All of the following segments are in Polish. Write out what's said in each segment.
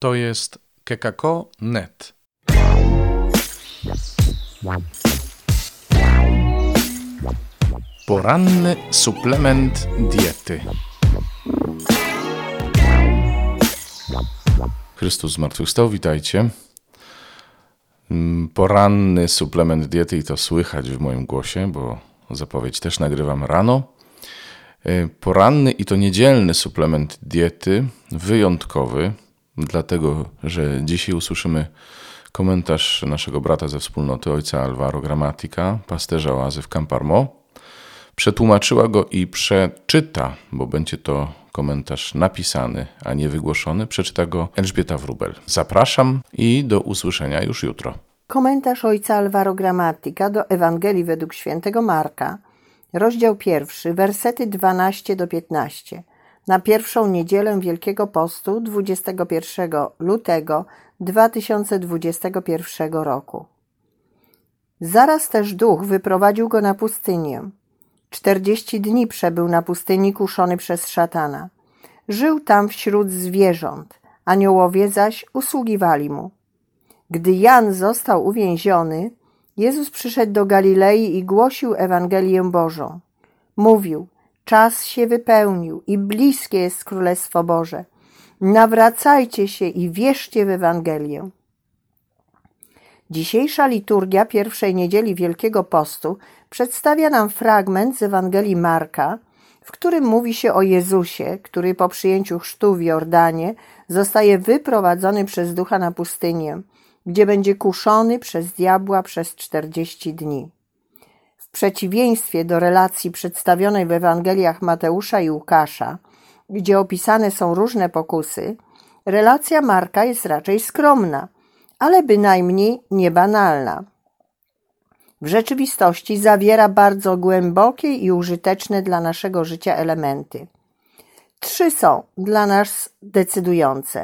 To jest kekako.net. Poranny suplement diety. Chrystus zmartwychwstał, witajcie. Poranny suplement diety i to słychać w moim głosie, bo zapowiedź też nagrywam rano. Poranny i to niedzielny suplement diety, wyjątkowy, dlatego że dzisiaj usłyszymy komentarz naszego brata ze wspólnoty, ojca Alvaro Gramatica, pasterza oazy w Camparmo. Przetłumaczyła go i przeczyta, bo będzie to komentarz napisany, a nie wygłoszony. Przeczyta go Elżbieta Wróbel. Zapraszam i do usłyszenia już jutro. Komentarz ojca Alvaro Gramatica do Ewangelii według świętego Marka, rozdział 1, wersety 12-15, na pierwszą niedzielę Wielkiego Postu 21 lutego 2021 roku. Zaraz też Duch wyprowadził go na pustynię. 40 dni przebył na pustyni kuszony przez szatana. Żył tam wśród zwierząt, aniołowie zaś usługiwali mu. Gdy Jan został uwięziony, Jezus przyszedł do Galilei i głosił Ewangelię Bożą. Mówił: czas się wypełnił i bliskie jest Królestwo Boże. Nawracajcie się i wierzcie w Ewangelię. Dzisiejsza liturgia pierwszej niedzieli Wielkiego Postu przedstawia nam fragment z Ewangelii Marka, w którym mówi się o Jezusie, który po przyjęciu chrztu w Jordanie zostaje wyprowadzony przez Ducha na pustynię, gdzie będzie kuszony przez diabła przez 40 dni. W przeciwieństwie do relacji przedstawionej w Ewangeliach Mateusza i Łukasza, gdzie opisane są różne pokusy, relacja Marka jest raczej skromna, ale bynajmniej niebanalna. W rzeczywistości zawiera bardzo głębokie i użyteczne dla naszego życia elementy. 3 są dla nas decydujące.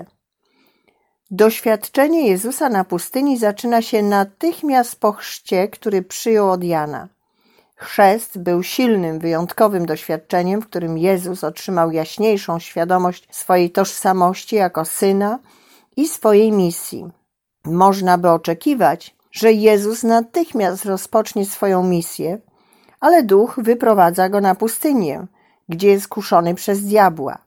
Doświadczenie Jezusa na pustyni zaczyna się natychmiast po chrzcie, który przyjął od Jana. Chrzest był silnym, wyjątkowym doświadczeniem, w którym Jezus otrzymał jaśniejszą świadomość swojej tożsamości jako Syna i swojej misji. Można by oczekiwać, że Jezus natychmiast rozpocznie swoją misję, ale Duch wyprowadza go na pustynię, gdzie jest kuszony przez diabła.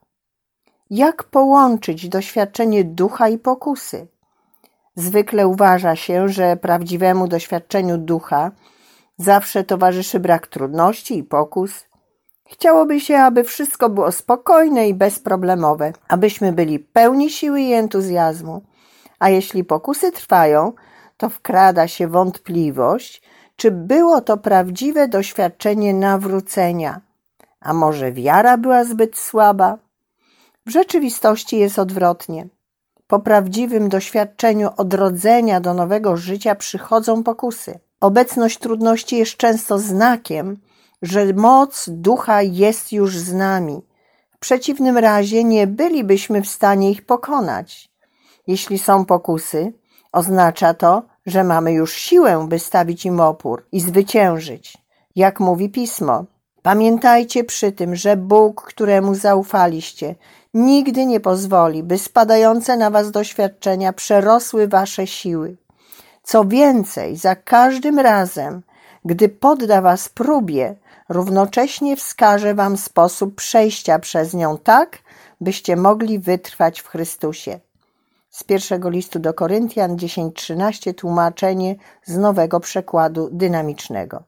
Jak połączyć doświadczenie ducha i pokusy? Zwykle uważa się, że prawdziwemu doświadczeniu ducha zawsze towarzyszy brak trudności i pokus. Chciałoby się, aby wszystko było spokojne i bezproblemowe, abyśmy byli pełni siły i entuzjazmu. A jeśli pokusy trwają, to wkrada się wątpliwość, czy było to prawdziwe doświadczenie nawrócenia. A może wiara była zbyt słaba? W rzeczywistości jest odwrotnie. Po prawdziwym doświadczeniu odrodzenia do nowego życia przychodzą pokusy. Obecność trudności jest często znakiem, że moc Ducha jest już z nami. W przeciwnym razie nie bylibyśmy w stanie ich pokonać. Jeśli są pokusy, oznacza to, że mamy już siłę, by stawić im opór i zwyciężyć. Jak mówi Pismo, pamiętajcie przy tym, że Bóg, któremu zaufaliście, nigdy nie pozwoli, by spadające na was doświadczenia przerosły wasze siły. Co więcej, za każdym razem, gdy podda was próbie, równocześnie wskaże wam sposób przejścia przez nią tak, byście mogli wytrwać w Chrystusie. Z pierwszego listu do Koryntian 10:13 tłumaczenie z nowego przekładu dynamicznego.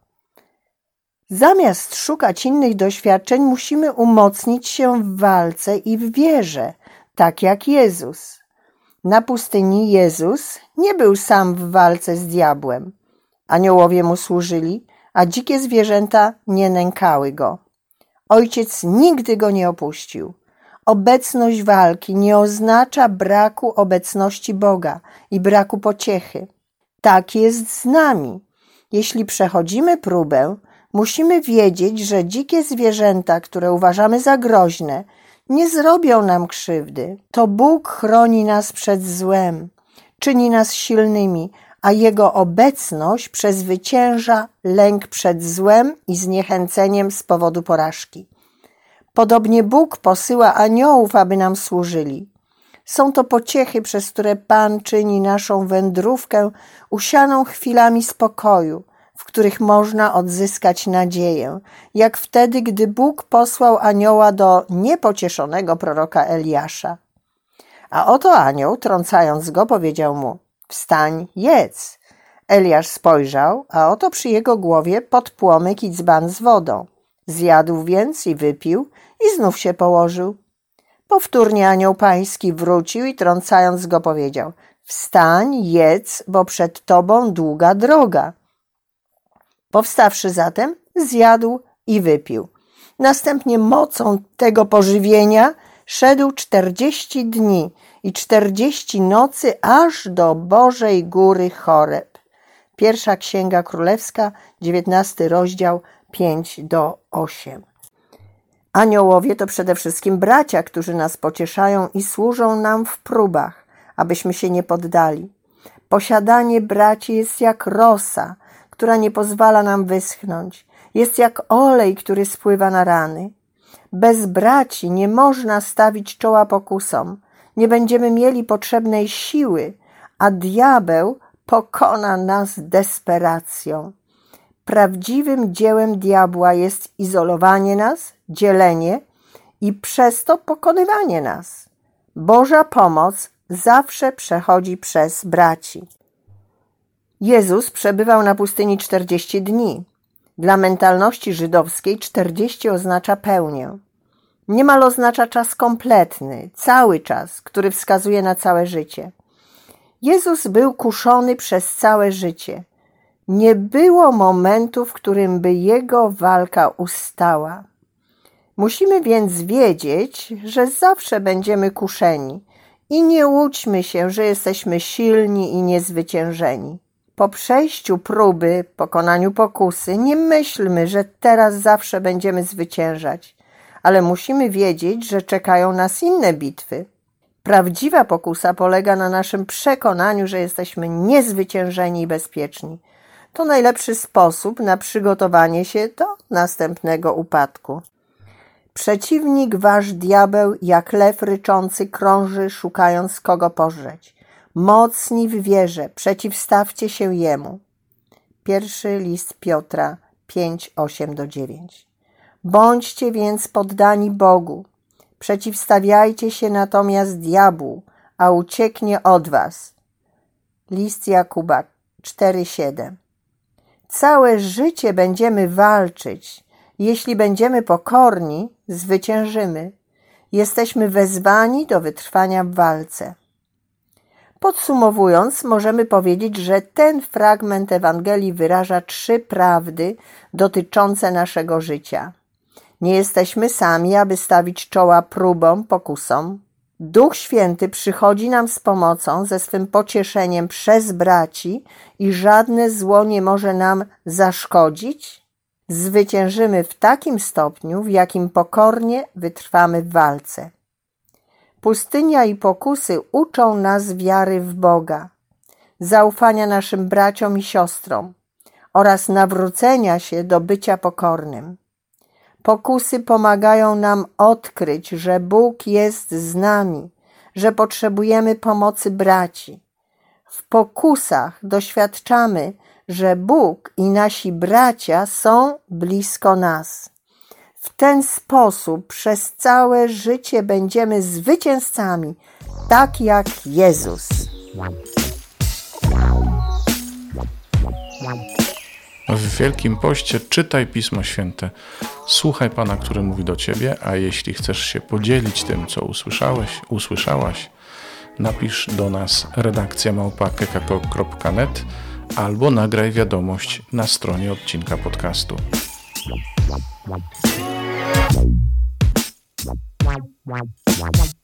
Zamiast szukać innych doświadczeń, musimy umocnić się w walce i w wierze, tak jak Jezus. Na pustyni Jezus nie był sam w walce z diabłem. Aniołowie mu służyli, a dzikie zwierzęta nie nękały go. Ojciec nigdy go nie opuścił. Obecność walki nie oznacza braku obecności Boga i braku pociechy. Tak jest z nami. Jeśli przechodzimy próbę, musimy wiedzieć, że dzikie zwierzęta, które uważamy za groźne, nie zrobią nam krzywdy. To Bóg chroni nas przed złem, czyni nas silnymi, a Jego obecność przezwycięża lęk przed złem i zniechęceniem z powodu porażki. Podobnie Bóg posyła aniołów, aby nam służyli. Są to pociechy, przez które Pan czyni naszą wędrówkę usianą chwilami spokoju, w których można odzyskać nadzieję, jak wtedy, gdy Bóg posłał anioła do niepocieszonego proroka Eliasza. A oto anioł, trącając go, powiedział mu: wstań, jedz. Eliasz spojrzał, a oto przy jego głowie podpłomyk i dzban z wodą. Zjadł więc i wypił i znów się położył. Powtórnie anioł pański wrócił i trącając go powiedział: wstań, jedz, bo przed tobą długa droga. Powstawszy zatem, zjadł i wypił. Następnie mocą tego pożywienia szedł 40 dni i 40 nocy aż do Bożej Góry Choreb. Pierwsza Księga Królewska, 19 rozdział, 5-8. Aniołowie to przede wszystkim bracia, którzy nas pocieszają i służą nam w próbach, abyśmy się nie poddali. Posiadanie braci jest jak rosa, która nie pozwala nam wyschnąć. Jest jak olej, który spływa na rany. Bez braci nie można stawić czoła pokusom. Nie będziemy mieli potrzebnej siły, a diabeł pokona nas desperacją. Prawdziwym dziełem diabła jest izolowanie nas, dzielenie i przez to pokonywanie nas. Boża pomoc zawsze przechodzi przez braci. Jezus przebywał na pustyni 40 dni. Dla mentalności żydowskiej 40 oznacza pełnię. Niemal oznacza czas kompletny, cały czas, który wskazuje na całe życie. Jezus był kuszony przez całe życie. Nie było momentu, w którym by jego walka ustała. Musimy więc wiedzieć, że zawsze będziemy kuszeni i nie łudźmy się, że jesteśmy silni i niezwyciężeni. Po przejściu próby, pokonaniu pokusy, nie myślmy, że teraz zawsze będziemy zwyciężać, ale musimy wiedzieć, że czekają nas inne bitwy. Prawdziwa pokusa polega na naszym przekonaniu, że jesteśmy niezwyciężeni i bezpieczni. To najlepszy sposób na przygotowanie się do następnego upadku. Przeciwnik wasz diabeł, jak lew ryczący, krąży, szukając kogo pożreć. Mocni w wierze, przeciwstawcie się jemu. Pierwszy list Piotra 5:8-9. Bądźcie więc poddani Bogu. Przeciwstawiajcie się natomiast diabłu, a ucieknie od was. List Jakuba 4:7. Całe życie będziemy walczyć. Jeśli będziemy pokorni, zwyciężymy. Jesteśmy wezwani do wytrwania w walce. Podsumowując, możemy powiedzieć, że ten fragment Ewangelii wyraża 3 prawdy dotyczące naszego życia. Nie jesteśmy sami, aby stawić czoła próbom, pokusom. Duch Święty przychodzi nam z pomocą, ze swym pocieszeniem przez braci i żadne zło nie może nam zaszkodzić. Zwyciężymy w takim stopniu, w jakim pokornie wytrwamy w walce. Pustynia i pokusy uczą nas wiary w Boga, zaufania naszym braciom i siostrom oraz nawrócenia się do bycia pokornym. Pokusy pomagają nam odkryć, że Bóg jest z nami, że potrzebujemy pomocy braci. W pokusach doświadczamy, że Bóg i nasi bracia są blisko nas. W ten sposób przez całe życie będziemy zwycięzcami, tak jak Jezus. W Wielkim Poście czytaj Pismo Święte, słuchaj Pana, który mówi do Ciebie, a jeśli chcesz się podzielić tym, co usłyszałaś, napisz do nas redakcja@kekako.net albo nagraj wiadomość na stronie odcinka podcastu. Wow.